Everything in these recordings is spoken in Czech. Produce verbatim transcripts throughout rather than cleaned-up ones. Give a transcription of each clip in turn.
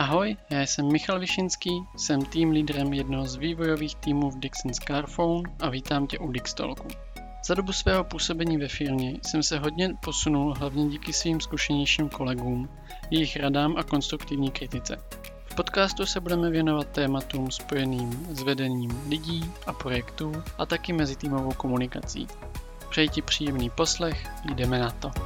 Ahoj, já jsem Michal Višinský, jsem tým lídrem jednoho z vývojových týmů v Dixon Scarphone a vítám tě u Dixtalku. Za dobu svého působení ve firmě jsem se hodně posunul hlavně díky svým zkušenějším kolegům, jejich radám a konstruktivní kritice. V podcastu se budeme věnovat tématům spojeným s vedením lidí a projektů a taky mezitýmovou komunikací. Přeji ti příjemný poslech, jdeme na to.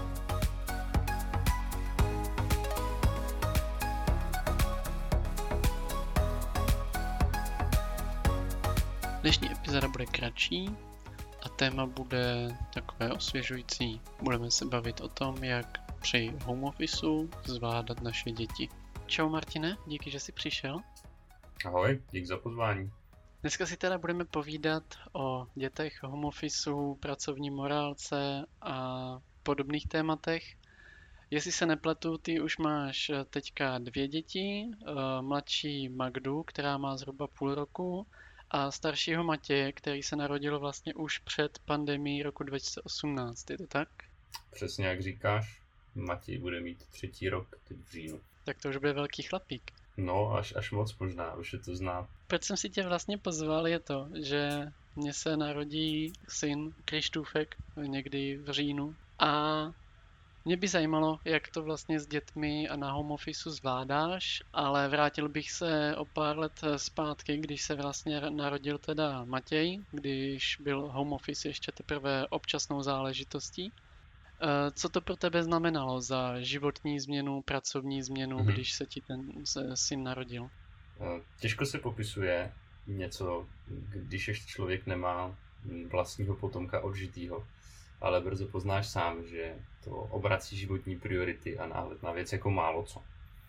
Dnešní epizoda bude kratší a téma bude takové osvěžující. Budeme se bavit o tom, jak při home officeu zvládat naše děti. Čau Martine, díky, že jsi přišel. Ahoj, dík za pozvání. Dneska si teda budeme povídat o dětech, home officeu, pracovní morálce a podobných tématech. Jestli se nepletu, ty už máš teďka dvě děti, mladší Magdu, která má zhruba půl roku, a staršího Matěje, který se narodil vlastně už před pandemií roku dva tisíce osmnáct, je to tak? Přesně jak říkáš, Matěj bude mít třetí rok teď v říjnu. Tak to už bude velký chlapík. No, až, až moc možná, už je to znát. Proč jsem si tě vlastně pozval je to, že mně se narodí syn Krištůfek někdy v říjnu a mě by zajímalo, jak to vlastně s dětmi a na home officeu zvládáš, ale vrátil bych se o pár let zpátky, když se vlastně narodil teda Matěj, když byl home office ještě teprve občasnou záležitostí. Co to pro tebe znamenalo za životní změnu, pracovní změnu, mm-hmm. když se ti ten syn narodil? Těžko se popisuje něco, když ještě člověk nemá vlastního potomka odžitýho. Ale brzo poznáš sám, že to obrací životní priority a náhled na věc jako málo co.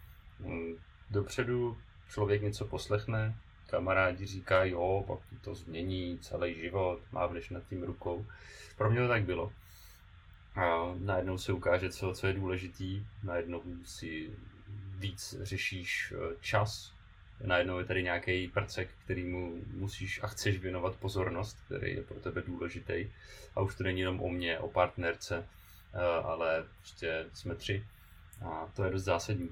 Dopředu člověk něco poslechne, kamarádi říkají, jo, pak to změní celý život, mávneš nad tím rukou. Pro mě to tak bylo. A najednou se ukáže, co, co je důležitý, najednou si víc řešíš čas, najednou je tady nějaký prcek, kterýmu musíš a chceš věnovat pozornost, který je pro tebe důležitý. A už to není jenom o mně, o partnerce, ale prostě jsme tři. A to je dost zásadní.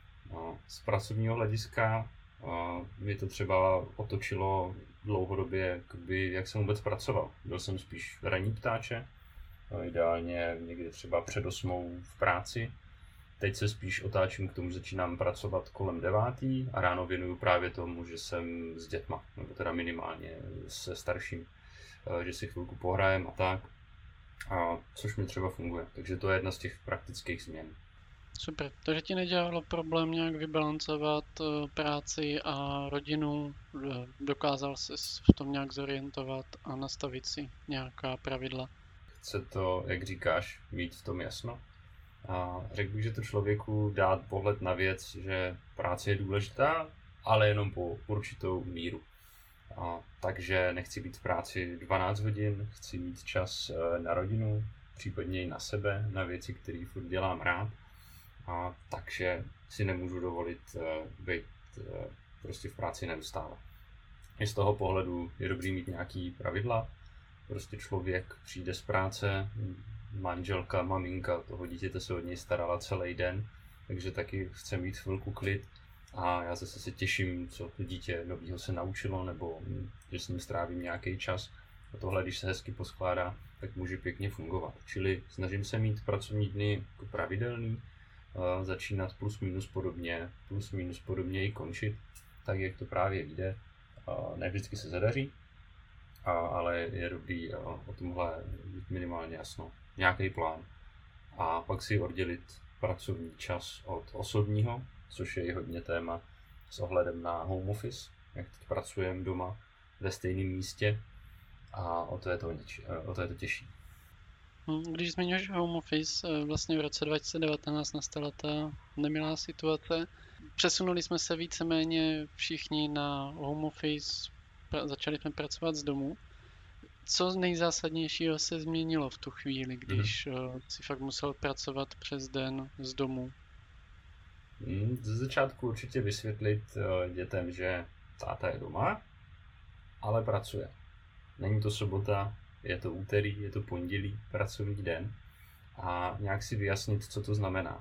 Z pracovního hlediska mě to třeba otočilo dlouhodobě, jak jsem vůbec pracoval. Byl jsem spíš ranní ptáče, ideálně někdy třeba před osmou v práci. Teď se spíš otáčím k tomu, že začínám pracovat kolem devátý a ráno věnuju právě tomu, že jsem s dětma, nebo teda minimálně se starším, že si chvilku pohrajem a tak, a což mi třeba funguje. Takže to je jedna z těch praktických změn. Super, takže ti nedělalo problém nějak vybalancovat práci a rodinu, dokázal ses v tom nějak zorientovat a nastavit si nějaká pravidla? Chce to, jak říkáš, mít v tom jasno. A řekl bych, že to člověku dát pohled na věc, že práce je důležitá, ale jenom po určitou míru. A takže nechci být v práci dvanáct hodin, chci mít čas na rodinu, případně i na sebe, na věci, které furt dělám rád. A takže si nemůžu dovolit být prostě v práci neustále. I z toho pohledu je dobrý mít nějaký pravidla. Prostě člověk přijde z práce, manželka, maminka toho dítěte se od něj starala celý den, takže taky chce mít chvilku klid a já zase se těším, co to dítě novýho se naučilo, nebo že s ním strávím nějaký čas. A tohle, když se hezky poskládá, tak může pěkně fungovat. Čili snažím se mít pracovní dny jako pravidelný, začínat plus minus podobně, plus minus podobně i končit, tak jak to právě jde. Ne vždycky se zadaří, ale je dobrý o tomhle mít minimálně jasno. Nějaký plán a pak si oddělit pracovní čas od osobního, což je i hodně téma s ohledem na home office, jak teď pracujeme doma ve stejném místě a o to je to, o to, je to těžší. Když zmiňuješ home office, vlastně v roce dva tisíce devatenáct nastala ta nemilá situace. Přesunuli jsme se víceméně všichni na home office, začali jsme pracovat z domu. Co nejzásadnějšího se změnilo v tu chvíli, když hmm. si fakt musel pracovat přes den z domu? Ze začátku určitě vysvětlit dětem, že táta je doma, ale pracuje. Není to sobota, je to úterý, je to pondělí, pracovní den a nějak si vyjasnit, co to znamená.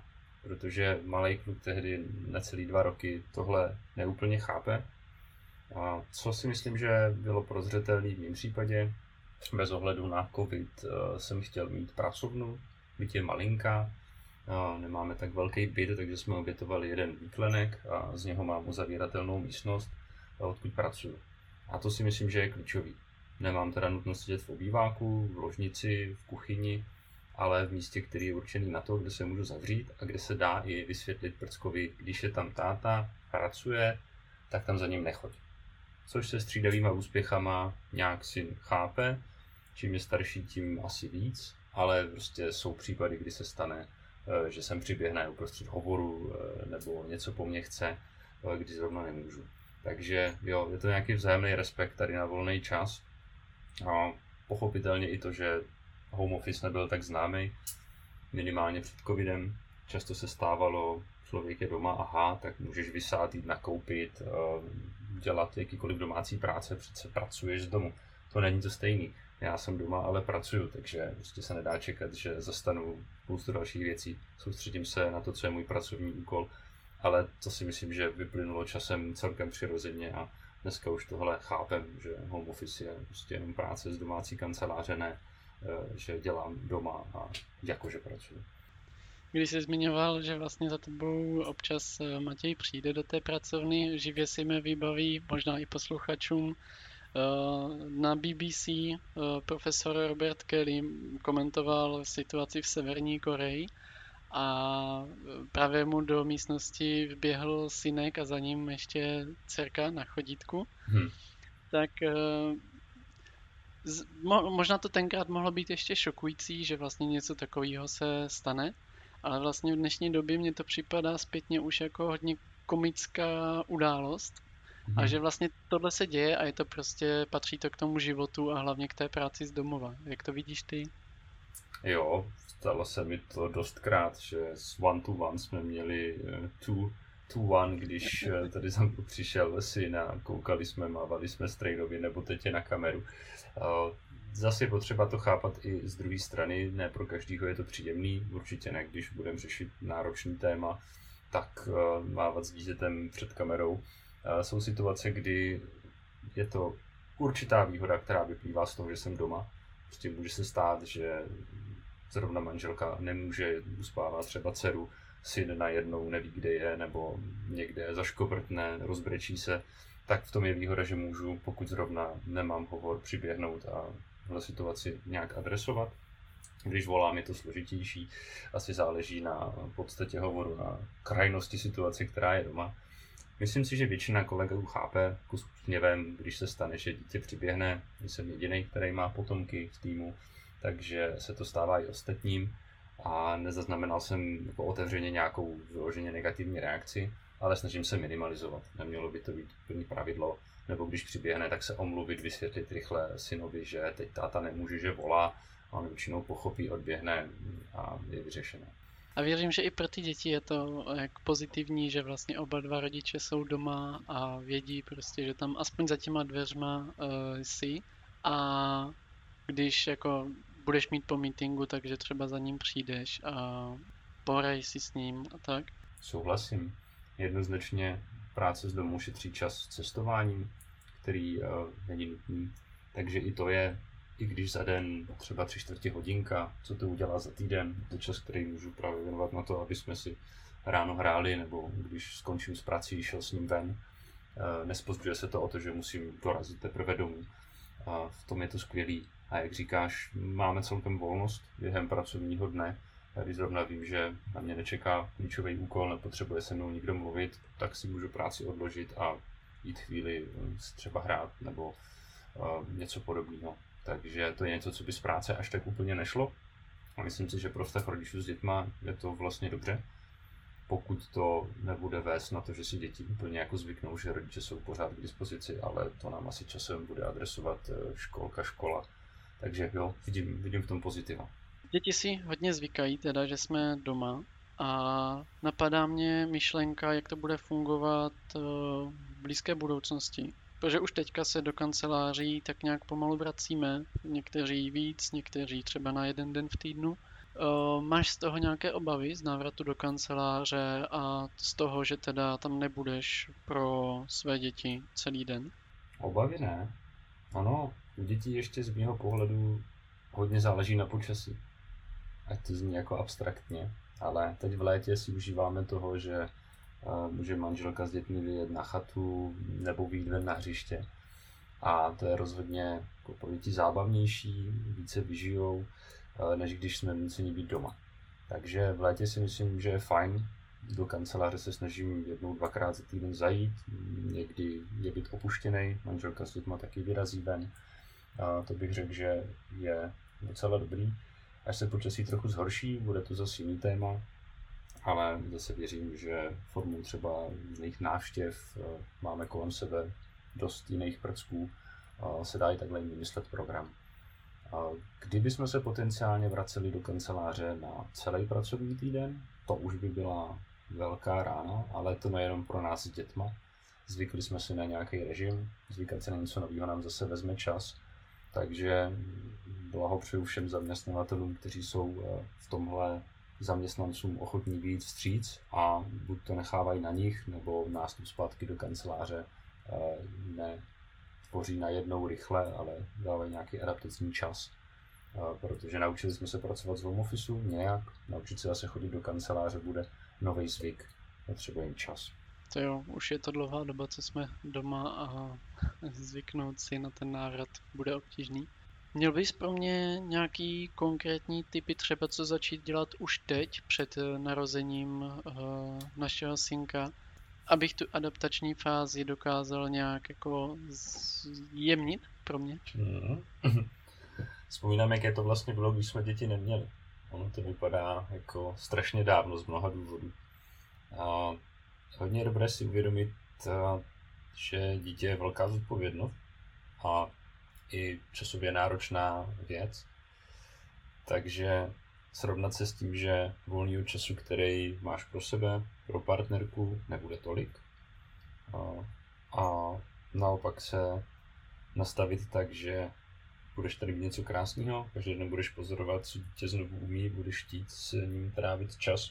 protože malý kluk tehdy necelý dva roky tohle neúplně chápe. A co si myslím, že bylo prozřetelné v mém případě, bez ohledu na covid jsem chtěl mít pracovnu, byť je malinká, nemáme tak velký byt, takže jsme obětovali jeden výklenek a z něho mám uzavíratelnou místnost, odkud pracuji. A to si myslím, že je klíčový. Nemám teda nutnost sedět v obýváku, v ložnici, v kuchyni, ale v místě, který je určený na to, kde se můžu zavřít a kde se dá i vysvětlit prckovi, když je tam táta, pracuje, tak tam za ním nechoď. Což se střídavýma úspěchama nějak syn chápe, čím je starší, tím asi víc, ale prostě jsou případy, kdy se stane, že sem přiběhne uprostřed hovoru nebo něco po mně chce, když zrovna nemůžu. Takže jo, je to nějaký vzájemný respekt tady na volný čas. A pochopitelně i to, že home office nebyl tak známý, minimálně před covidem. Často se stávalo, člověk je doma, aha, tak můžeš vysát, jít nakoupit, dělat jakýkoliv domácí práce, přece pracuješ z domu. To není to stejný. Já jsem doma, ale pracuju, takže prostě se nedá čekat, že zastanu spoustu dalších věcí. Soustředím se na to, co je můj pracovní úkol, ale to si myslím, že vyplynulo časem celkem přirozeně a dneska už tohle chápem, že home office je prostě jenom práce z domácí kanceláře, ne, že dělám doma a jakože pracuji. Když jsi zmiňoval, že vlastně za tebou občas Matěj přijde do té pracovny, živě si mě vybaví, možná i posluchačům, na B B C profesor Robert Kelly komentoval situaci v Severní Koreji a právě mu do místnosti vběhl synek a za ním ještě dcerka na chodítku. Hmm. Tak možná to tenkrát mohlo být ještě šokující, že vlastně něco takového se stane, ale vlastně v dnešní době mně to připadá zpětně už jako hodně komická událost. Hmm. A že vlastně tohle se děje a je to prostě, patří to k tomu životu a hlavně k té práci z domova. Jak to vidíš ty? Jo, stalo se mi to dostkrát, že z one to one jsme měli two to one, když tady za mnou přišel syn a koukali jsme, mávali jsme strejdovi nebo teď je na kameru. Zase je potřeba to chápat i z druhé strany, ne pro každýho je to příjemný, určitě ne, když budeme řešit náročný téma, tak mávat s dítětem před kamerou. Jsou situace, kdy je to určitá výhoda, která vyplývá z toho, že jsem doma. Prostě může se stát, že zrovna manželka nemůže uspávat třeba dceru, syn najednou neví, kde je, nebo někde zaškobrtne, rozbrečí se, tak v tom je výhoda, že můžu, pokud zrovna nemám hovor, přiběhnout a tuhle situaci nějak adresovat. Když volám, je to složitější, asi záleží na podstatě hovoru, na krajnosti situace, která je doma. Myslím si, že většina kolegů chápe kus úsměvem, když se stane, že dítě přiběhne, jsem jediný, který má potomky v týmu, takže se to stává i ostatním a nezaznamenal jsem jako otevřeně nějakou vyloženě negativní reakci, ale snažím se minimalizovat. Nemělo by to být plný pravidlo, nebo když přiběhne, tak se omluvit, vysvětlit rychle synovi, že teď táta nemůže, že volá, a on většinou pochopí, odběhne a je vyřešené. A věřím, že i pro ty děti je to jak pozitivní, že vlastně oba dva rodiče jsou doma a vědí prostě, že tam aspoň za těma dveřma uh, jsi a když jako budeš mít po meetingu, takže třeba za ním přijdeš a pohraj si s ním a tak. Souhlasím. Jednoznačně práce z domu šetří čas cestováním, který uh, není nutný, takže i to je, i když za den třeba tři čtvrtě hodinka, co to udělá za týden, to čas, který můžu právě věnovat na to, aby jsme si ráno hráli, nebo když skončím s prací, šel s ním ven. Nezpozdňuje se to o to, že musím dorazit teprve domů. V tom je to skvělý. A jak říkáš, máme celkem volnost během pracovního dne. Když zrovna vím, že na mě nečeká klíčový úkol, nepotřebuje se mnou nikdo mluvit, tak si můžu práci odložit a jít chvíli třeba hrát nebo něco podobného. Takže to je něco, co by z práce až tak úplně nešlo. A myslím si, že pro vztah rodičů s dětma je to vlastně dobře. Pokud to nebude vést na to, že si děti úplně jako zvyknou, že rodiče jsou pořád k dispozici, ale to nám asi časem bude adresovat školka, škola. Takže jo, vidím, vidím v tom pozitiva. Děti si hodně zvykají teda, že jsme doma a napadá mě myšlenka, jak to bude fungovat v blízké budoucnosti. Protože už teďka se do kanceláří tak nějak pomalu vracíme, někteří víc, někteří třeba na jeden den v týdnu. Uh, máš z toho nějaké obavy z návratu do kanceláře a z toho, že teda tam nebudeš pro své děti celý den? Obavy ne. Ano, u dětí ještě z mého pohledu hodně záleží na počasí. Ať to zní jako abstraktně, ale teď v létě si užíváme toho, že uh, může manželka s dětmi vyjet na chatu nebo vyjít ven na hřiště. A to je rozhodně jako pro děti zábavnější, více vyžijou, uh, než když jsme nuceni být doma. Takže v létě si myslím, že je fajn. Do kanceláře se snažím jednou, dvakrát za týden zajít, někdy je byt opuštěný, manželka s dětma taky vyrazí ven. A to bych řekl, že je docela dobrý. Až se počasí trochu zhorší, bude to zase jiný téma, ale zase věřím, že formou třeba různých návštěv máme kolem sebe dost jiných prcků, se dá i takhle vymyslet program. Kdybychom se potenciálně vraceli do kanceláře na celý pracovní týden, to už by byla velká rána, ale to nejenom pro nás s dětma. Zvykli jsme si na nějaký režim, zvykat se na něco nového nám zase vezme čas, takže blahopřeju všem zaměstnavatelům, kteří jsou v tomhle zaměstnancům ochotní vyjít vstříc a buď to nechávají na nich, nebo nástup zpátky do kanceláře netvoří najednou rychle, ale dávají nějaký adaptační čas. Protože naučili jsme se pracovat z home officeu nějak, naučit se zase chodit do kanceláře bude nový zvyk, potřebujeme čas. To jo, už je to dlouhá doba, co jsme doma a zvyknout si na ten návrat bude obtížný. Měl bys pro mě nějaký konkrétní tipy, třeba co začít dělat už teď, před narozením uh, našeho synka, abych tu adaptační fázi dokázal nějak jako zjemnit pro mě? Mm. Vzpomínám, jak je to vlastně bylo, když jsme děti neměli. Ono to vypadá jako strašně dávno z mnoha důvodů. A hodně je dobré si uvědomit, že dítě je velká zodpovědnost a i časově náročná věc. Takže srovnat se s tím, že volného času, který máš pro sebe, pro partnerku, nebude tolik. A, a naopak se nastavit tak, že budeš tady mít něco krásného, každý den budeš pozorovat, co dítě znovu umí, budeš chtít s ním trávit čas.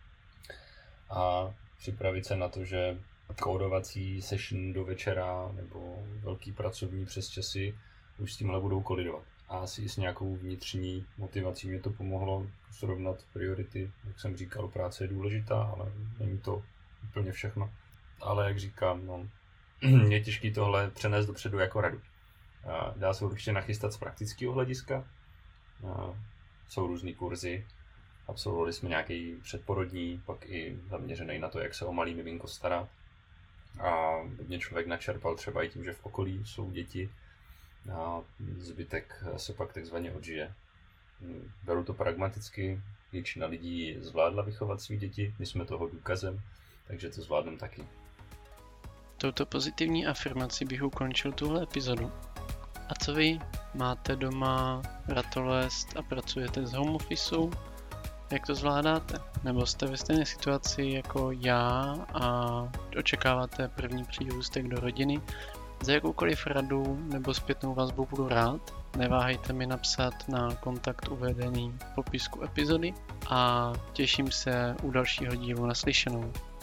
A připravit se na to, že kódovací session do večera nebo velký pracovní přesčasy už s tímhle budou kolidovat. A asi i s nějakou vnitřní motivací mě to pomohlo srovnat priority. Jak jsem říkal, práce je důležitá, ale není to úplně všechno. Ale jak říkám, no, je těžké tohle přenést dopředu jako radu. Dá se určitě nachystat z praktického hlediska. Jsou různý kurzy. Absolvovali jsme nějaký předporodní, pak i zaměřený na to, jak se o malý miminko stará. A hodně člověk načerpal třeba i tím, že v okolí jsou děti. A zbytek se pak takzvaně odžije. Beru to pragmaticky, většina lidí zvládla vychovat svý děti, my jsme toho důkazem, takže to zvládneme taky. Touto pozitivní afirmací bych ukončil tuhle epizodu. A co vy? Máte doma ratolest a pracujete z home officeu? Jak to zvládáte? Nebo jste ve stejné situaci jako já a očekáváte první přírůstek do rodiny? Za jakoukoliv radu nebo zpětnou vazbu budu rád. Neváhejte mi napsat na kontakt uvedený v popisku epizody a těším se u dalšího dílu naslyšenou.